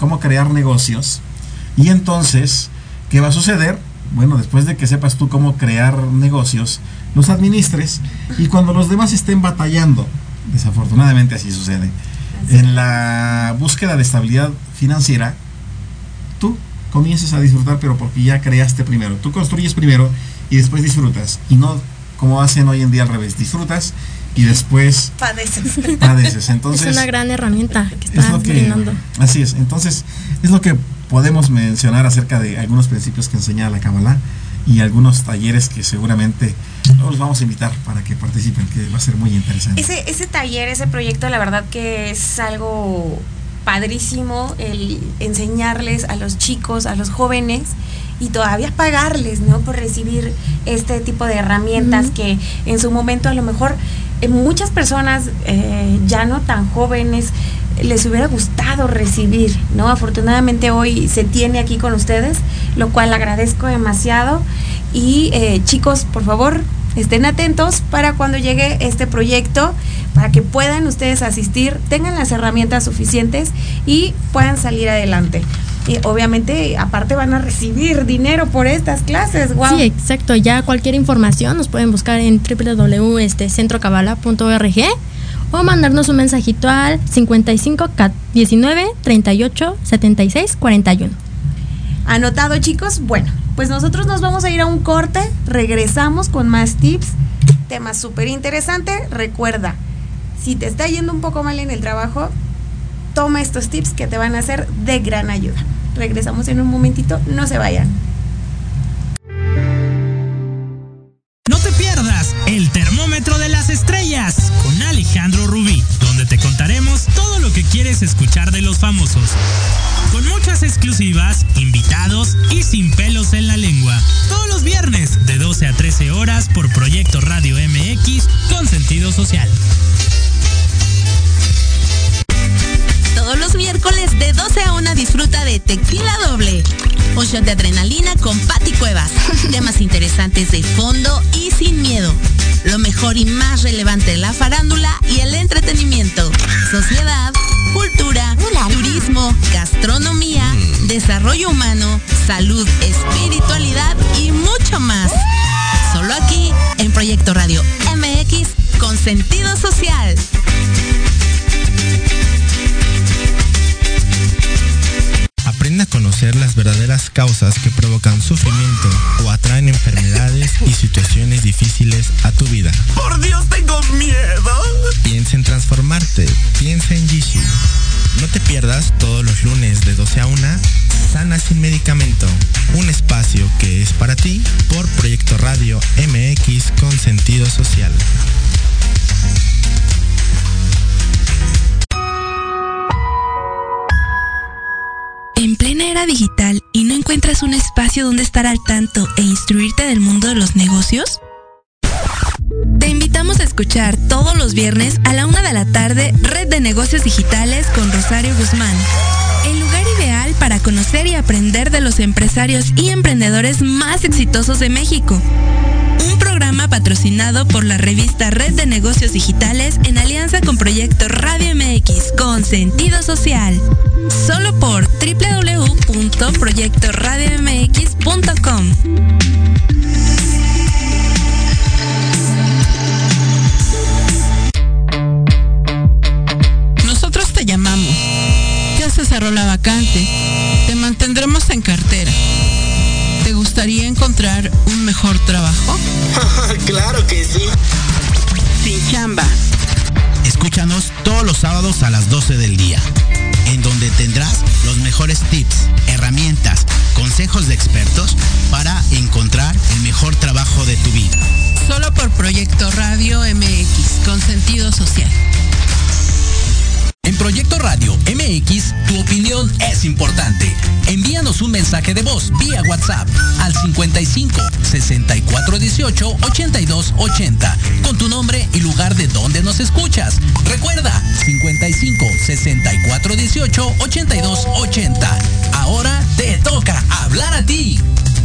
y entonces, ¿qué va a suceder? Bueno, después de que sepas tú cómo crear negocios, los administres, y cuando los demás estén batallando, desafortunadamente así sucede, en la búsqueda de estabilidad financiera, tú comiences a disfrutar, pero porque ya creaste primero. Tú construyes primero y después disfrutas, y no como hacen hoy en día al revés, disfrutas y después padeces. Entonces, es una gran herramienta que está brindando. Así es. Entonces, es lo que podemos mencionar acerca de algunos principios que enseña la Kabbalah y algunos talleres que seguramente los vamos a invitar para que participen, que va a ser muy interesante. Ese taller, ese proyecto, la verdad que es algo padrísimo, el enseñarles a los chicos, a los jóvenes, y todavía pagarles, ¿no? Por recibir este tipo de herramientas que en su momento a lo mejor muchas personas ya no tan jóvenes les hubiera gustado recibir, ¿no? Afortunadamente hoy se tiene aquí con ustedes, lo cual agradezco demasiado. Y chicos, por favor, estén atentos para cuando llegue este proyecto, para que puedan ustedes asistir, tengan las herramientas suficientes y puedan salir adelante. Y obviamente, aparte van a recibir dinero por estas clases. Wow. Sí, exacto. Ya cualquier información nos pueden buscar en www.centrocabala.org o mandarnos un mensajito al 55 19 38 76 41. ¿Anotado, chicos? Bueno, pues nosotros nos vamos a ir a un corte, regresamos con más tips, tema súper interesante. Recuerda, si te está yendo un poco mal en el trabajo, toma estos tips que te van a ser de gran ayuda. Regresamos en un momentito, no se vayan. No te pierdas el termómetro de las estrellas con Alejandro Rubí, donde te contaremos todo lo que quieres escuchar de los famosos. Con muchas exclusivas, invitados y sin pelos en la lengua. Todos los viernes de 12 a 13 horas por Proyecto Radio MX con sentido social. Todos los miércoles de 12 a 1 disfruta de Tequila Doble, un shot de adrenalina con Pati Cuevas. Temas interesantes de fondo y sin miedo. Lo mejor y más relevante de la farándula y el entretenimiento. Sociedad, cultura, turismo, gastronomía, desarrollo humano, salud, espiritualidad y mucho más. Solo aquí en Proyecto Radio MX con sentido social. Aprende a conocer las verdaderas causas que provocan sufrimiento o atraen enfermedades y situaciones difíciles a tu vida. ¡Por Dios, tengo miedo! Piensa en transformarte. Piensa en Jishu. No te pierdas todos los lunes de 12 a 1, Sana sin medicamento. Un espacio que es para ti por Proyecto Radio MX con sentido social. En plena era digital y no encuentras un espacio donde estar al tanto e instruirte del mundo de los negocios. Te invitamos a escuchar todos los viernes a la 1 de la tarde Red de Negocios Digitales con Rosario Guzmán. El lugar ideal para conocer y aprender de los empresarios y emprendedores más exitosos de México. Un programa patrocinado por la revista Red de Negocios Digitales en alianza con Proyecto Radio MX con sentido social. Solo por www.proyectoradiomx.com. Nosotros te llamamos. Ya se cerró la vacante. Te mantendremos en cartera. ¿Te gustaría encontrar un mejor trabajo? ¡Claro que sí! Sin chamba. Escúchanos todos los sábados a las 12 del día, en donde tendrás los mejores tips, herramientas, consejos de expertos para encontrar el mejor trabajo de tu vida. Solo por Proyecto Radio MX, con sentido social. En Proyecto Radio MX, tu opinión es importante. Envíanos un mensaje de voz vía WhatsApp al 55 64 18 82 80 con tu nombre y lugar de donde nos escuchas. Recuerda, 55 64 18 82 80. Ahora te toca hablar a ti.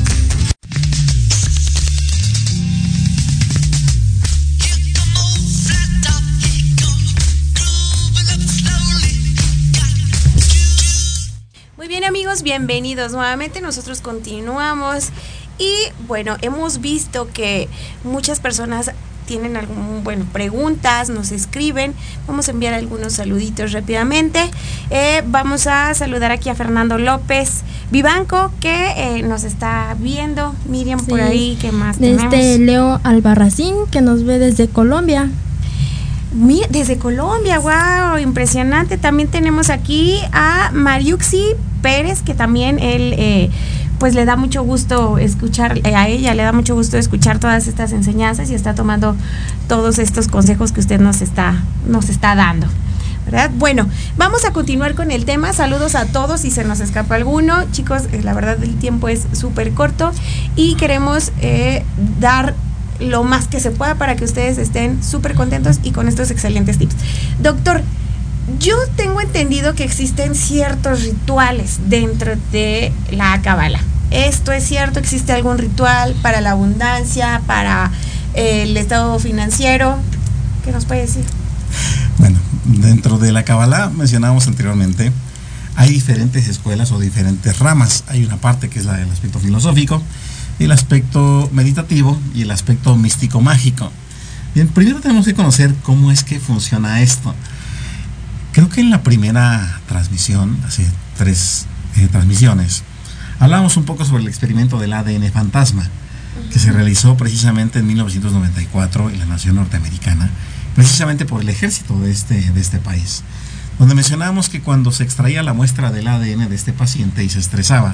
Muy bien, amigos, bienvenidos nuevamente. Nosotros continuamos y bueno, hemos visto que muchas personas tienen preguntas, nos escriben. Vamos a enviar algunos saluditos rápidamente. Vamos a saludar aquí a Fernando López Vivanco, que nos está viendo. Miriam, por ahí, ¿qué más tenemos? Leo Albarracín, que nos ve desde Colombia. Mira, desde Colombia, wow, impresionante. También tenemos aquí a Mariuxi Pérez, que también él, pues le da mucho gusto escuchar, a ella le da mucho gusto escuchar todas estas enseñanzas y está tomando todos estos consejos que usted nos está dando, ¿verdad? Bueno, vamos a continuar con el tema. Saludos a todos, si se nos escapa alguno. Chicos, la verdad el tiempo es súper corto y queremos dar lo más que se pueda para que ustedes estén súper contentos y con estos excelentes tips. Doctor, yo tengo entendido que existen ciertos rituales dentro de la Cábala. ¿Esto es cierto? ¿Existe algún ritual para la abundancia, para el estado financiero? ¿Qué nos puede decir? Bueno, dentro de la Cábala, mencionábamos anteriormente, hay diferentes escuelas o diferentes ramas. Hay una parte que es la del aspecto filosófico, el aspecto meditativo y el aspecto místico-mágico. Bien, primero tenemos que conocer cómo es que funciona esto. Creo que en la primera transmisión, hace 3 transmisiones, hablábamos un poco sobre el experimento del ADN fantasma, que se realizó precisamente en 1994 en la nación norteamericana, precisamente por el ejército de este país, donde mencionábamos que cuando se extraía la muestra del ADN de este paciente y se estresaba,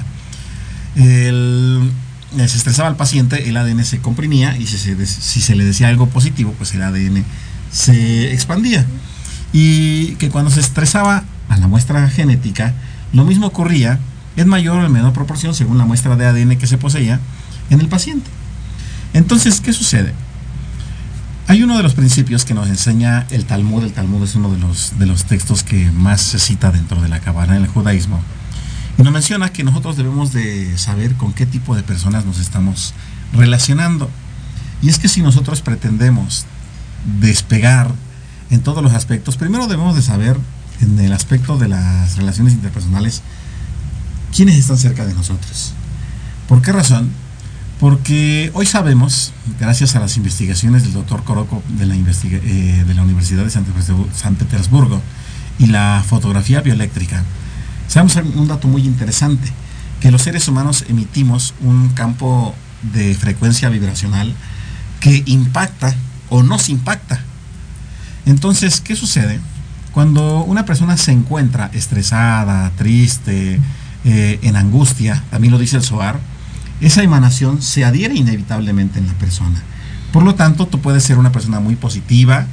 el paciente, el ADN se comprimía y si se le decía algo positivo, pues el ADN se expandía. Y que cuando se estresaba a la muestra genética, lo mismo ocurría en mayor o en menor proporción según la muestra de ADN que se poseía en el paciente. Entonces, ¿qué sucede? Hay uno de los principios que nos enseña el Talmud. El Talmud es uno de los textos que más se cita dentro de la Cábala en el judaísmo. Y nos menciona que nosotros debemos de saber con qué tipo de personas nos estamos relacionando. Y es que si nosotros pretendemos despegar en todos los aspectos, primero debemos de saber en el aspecto de las relaciones interpersonales quiénes están cerca de nosotros. ¿Por qué razón? Porque hoy sabemos, gracias a las investigaciones del doctor Korokov de la Universidad de San Petersburgo y la fotografía bioeléctrica, sabemos un dato muy interesante, que los seres humanos emitimos un campo de frecuencia vibracional que impacta o nos impacta. Entonces, ¿qué sucede? Cuando una persona se encuentra estresada, triste, en angustia, también lo dice el Zohar, esa emanación se adhiere inevitablemente en la persona. Por lo tanto, tú puedes ser una persona muy positiva,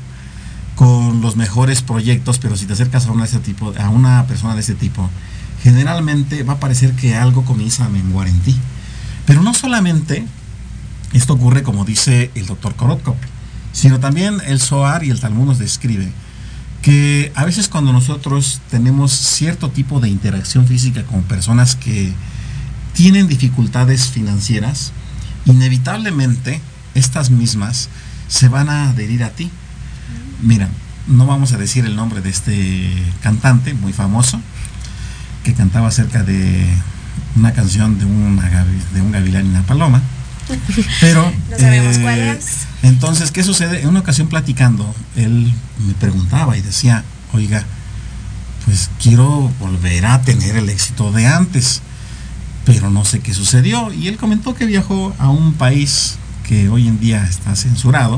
con los mejores proyectos, pero si te acercas a una persona de ese tipo, generalmente va a parecer que algo comienza a menguar en ti. Pero no solamente esto ocurre como dice el doctor Korokov, sino también el Zohar y el Talmud nos describe que a veces cuando nosotros tenemos cierto tipo de interacción física con personas que tienen dificultades financieras, inevitablemente estas mismas se van a adherir a ti. Mira, no vamos a decir el nombre de este cantante muy famoso que cantaba acerca de una canción de un gavilán y una paloma, pero no sabemos cuál es. Entonces, ¿qué sucede? En una ocasión platicando, él me preguntaba y decía, oiga, pues quiero volver a tener el éxito de antes, pero no sé qué sucedió. Y él comentó que viajó a un país que hoy en día está censurado,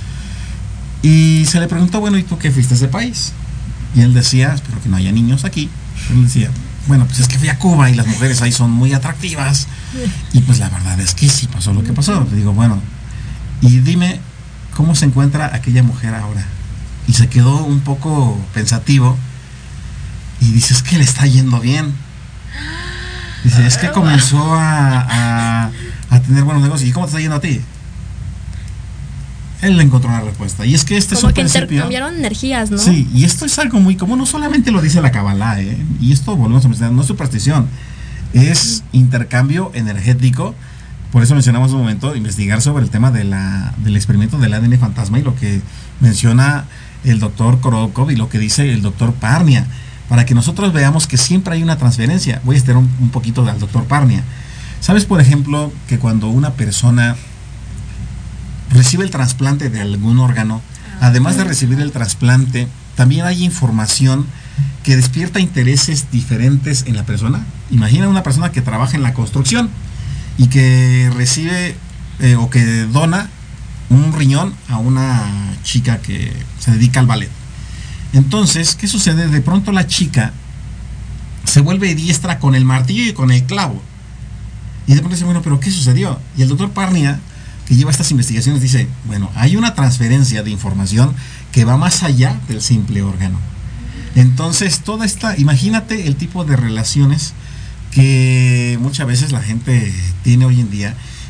y se le preguntó, bueno, ¿y tú qué fuiste a ese país? Y él decía, espero que no haya niños aquí. Él decía, bueno, pues es que fui a Cuba y las mujeres ahí son muy atractivas, y pues la verdad es que sí pasó lo que pasó. Le digo, bueno, y dime cómo se encuentra aquella mujer ahora. Y se quedó un poco pensativo y dice, es que le está yendo bien. Dice, es que comenzó a tener buenos negocios. ¿Y cómo te está yendo a ti? Él le encontró una respuesta. Y es que este como es un que principio, intercambiaron energías, ¿no? Sí, y esto es algo muy común. No solamente lo dice la Cábala, y esto volvemos a mencionar, no es superstición, es intercambio energético. Por eso mencionamos un momento investigar sobre el tema del experimento del ADN fantasma y lo que menciona el doctor Korokov y lo que dice el doctor Parnia, para que nosotros veamos que siempre hay una transferencia. Voy a estirar un poquito al doctor Parnia. ¿Sabes, por ejemplo, que cuando una persona recibe el trasplante de algún órgano, además de recibir el trasplante, también hay información que despierta intereses diferentes en la persona? Imagina una persona que trabaja en la construcción y que recibe o que dona un riñón a una chica que se dedica al ballet. Entonces, ¿qué sucede? De pronto la chica se vuelve diestra con el martillo y con el clavo. Y de pronto dice, bueno, ¿pero qué sucedió? Y el doctor Parnia, que lleva estas investigaciones, dice, bueno, hay una transferencia de información que va más allá del simple órgano. Entonces, toda esta, imagínate el tipo de relaciones que muchas veces la gente tiene hoy en día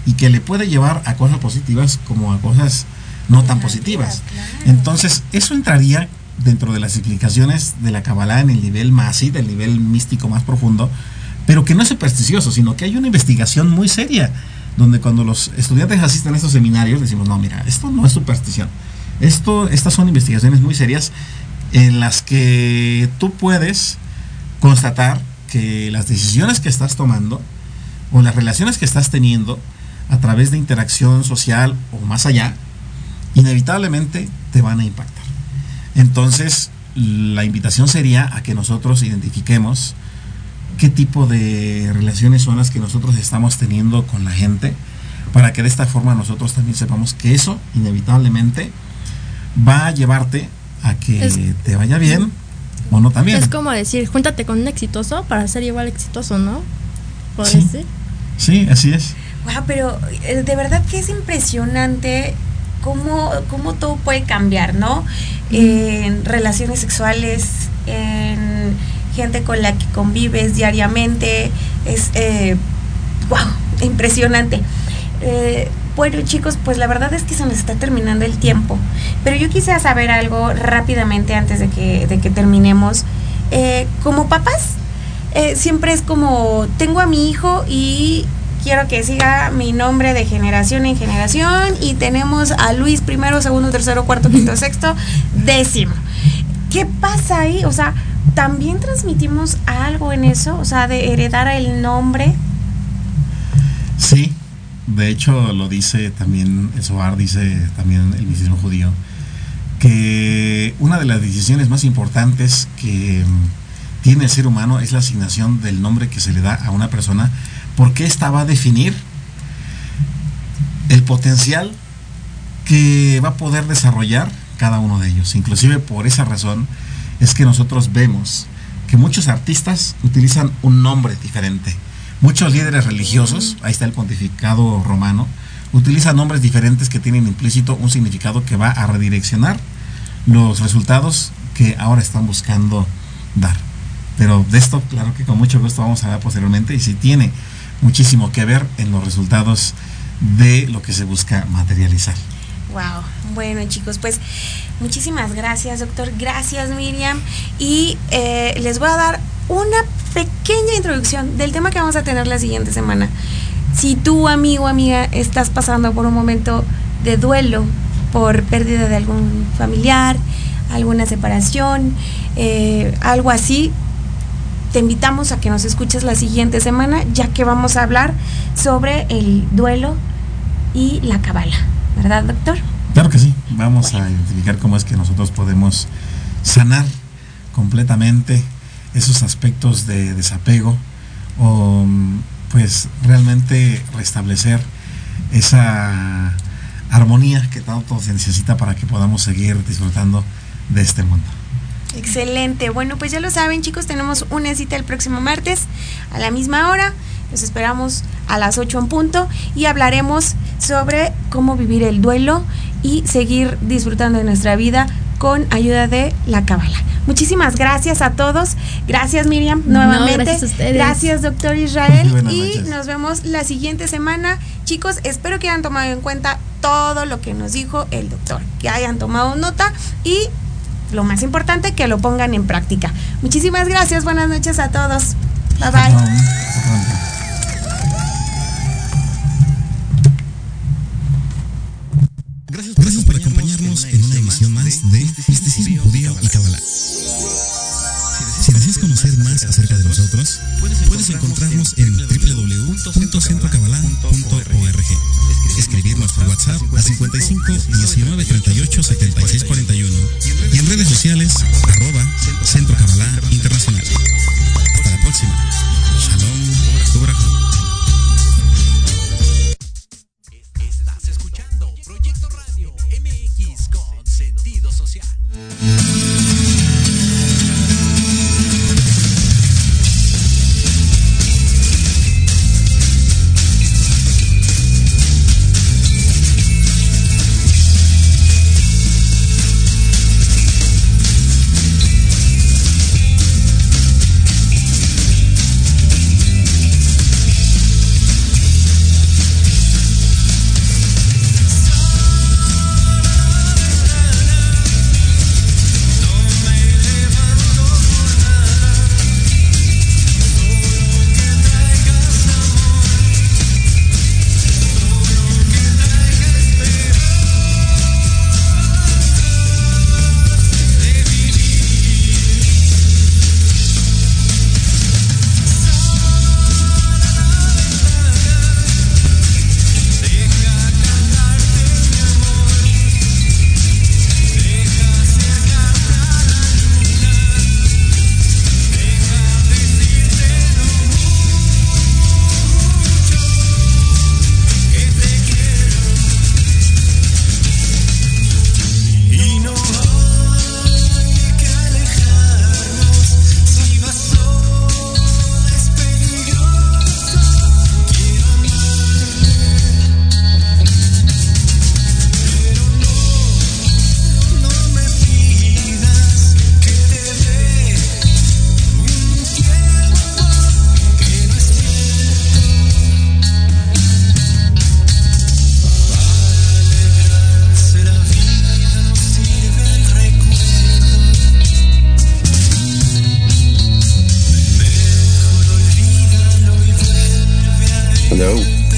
y que le puede llevar a cosas positivas como a cosas no tan positivas. Entonces, eso entraría dentro de las explicaciones de la Kabbalah en el nivel más, sí, del nivel místico más profundo, pero que no es supersticioso, sino que hay una investigación muy seria, donde cuando los estudiantes asisten a estos seminarios decimos, no, mira, esto no es superstición. Estas son investigaciones muy serias en las que tú puedes constatar que las decisiones que estás tomando o las relaciones que estás teniendo a través de interacción social o más allá, inevitablemente te van a impactar. Entonces, la invitación sería a que nosotros identifiquemos qué tipo de relaciones son las que nosotros estamos teniendo con la gente, para que de esta forma nosotros también sepamos que eso inevitablemente va a llevarte a que te vaya bien o no también. Es como decir, júntate con un exitoso para ser igual exitoso, ¿no? ¿Puedes decir? Sí, así es. Wow, pero de verdad que es impresionante cómo todo puede cambiar, ¿no? En relaciones sexuales, en gente con la que convives diariamente, es wow, impresionante. Bueno, chicos, pues la verdad es que se nos está terminando el tiempo, pero yo quisiera saber algo rápidamente antes de que terminemos. Como papás, siempre es como, tengo a mi hijo y quiero que siga mi nombre de generación en generación, y tenemos a Luis primero, segundo, tercero, cuarto, quinto, sexto, décimo. ¿Qué pasa ahí? O sea, ¿también transmitimos algo en eso? O sea, de heredar el nombre. Sí, de hecho lo dice también el Zohar, dice también el misticismo judío, que una de las decisiones más importantes que tiene el ser humano es la asignación del nombre que se le da a una persona, porque esta va a definir el potencial que va a poder desarrollar cada uno de ellos. Inclusive por esa razón es que nosotros vemos que muchos artistas utilizan un nombre diferente. Muchos líderes religiosos, ahí está el pontificado romano, utilizan nombres diferentes que tienen implícito un significado que va a redireccionar los resultados que ahora están buscando dar. Pero de esto, claro que con mucho gusto vamos a hablar posteriormente, y sí tiene muchísimo que ver en los resultados de lo que se busca materializar. Wow, bueno chicos, pues muchísimas gracias, doctor, gracias Miriam, y les voy a dar una pequeña introducción del tema que vamos a tener la siguiente semana. Si tú, amigo o amiga, estás pasando por un momento de duelo por pérdida de algún familiar, alguna separación, algo así, te invitamos a que nos escuches la siguiente semana, ya que vamos a hablar sobre el duelo y la Kabbalah, ¿verdad, doctor? Claro que sí, vamos a identificar cómo es que nosotros podemos sanar completamente esos aspectos de desapego, o pues realmente restablecer esa armonía que tanto se necesita para que podamos seguir disfrutando de este mundo. Excelente, bueno, pues ya lo saben chicos, tenemos una cita el próximo martes a la misma hora. Los esperamos a las 8 en punto y hablaremos sobre cómo vivir el duelo y seguir disfrutando de nuestra vida con ayuda de la Kabbalah. Muchísimas gracias a todos. Gracias Miriam, nuevamente. No, gracias a ustedes. Gracias doctor Israel. Y nos vemos la siguiente semana. Chicos, espero que hayan tomado en cuenta todo lo que nos dijo el doctor, que hayan tomado nota y lo más importante, que lo pongan en práctica. Muchísimas gracias, buenas noches a todos. Bye bye. Gracias por acompañarnos en una emisión más de Misticismo Judío y Kabbalah. Si deseas conocer más acerca de nosotros, puedes encontrarnos en www.centrokabbalah.org. Escribirnos por WhatsApp a 55 19 38 76 41 y en redes sociales @Centro Kabbalah Internacional. Hasta la próxima. Shalom. Ubraja. Estás escuchando Proyecto Radio MX con sentido social. No.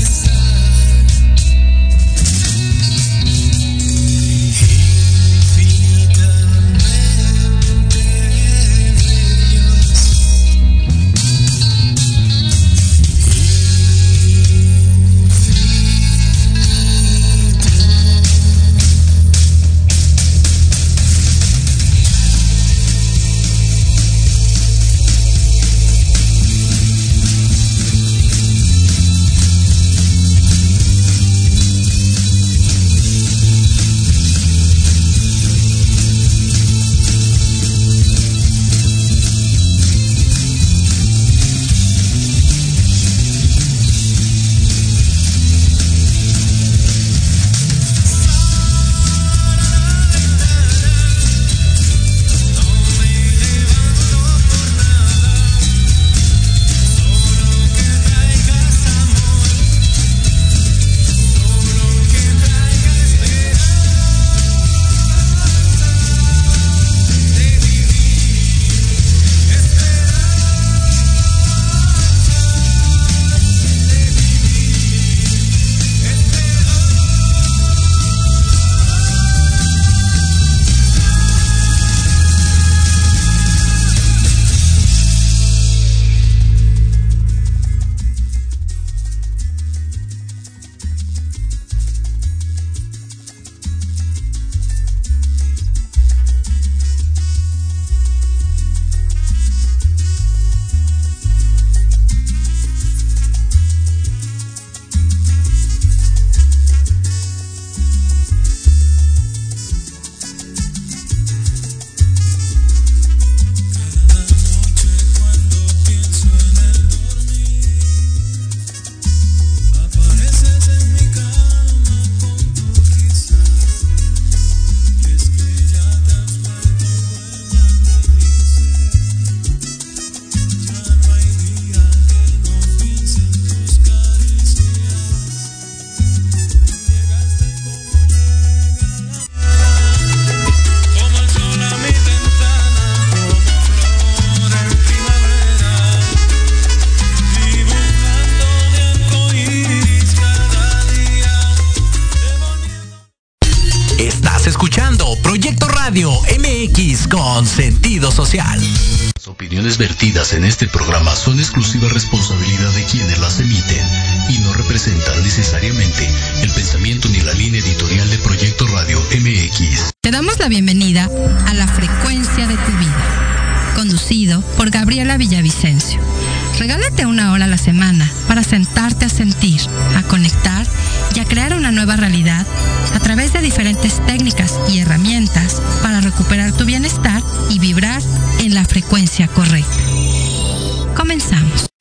Radio MX con sentido social. Las opiniones vertidas en este programa son exclusiva responsabilidad de quienes las emiten y no representan necesariamente el pensamiento ni la línea editorial de Proyecto Radio MX. Te damos la bienvenida a La Frecuencia de tu Vida, conducido por Gabriela Villavicencio. Regálate una hora a la semana para sentarte a sentir, a conectar y a crear una nueva realidad a través de diferentes técnicas y herramientas para recuperar tu bienestar y vibrar en la frecuencia correcta. Comenzamos.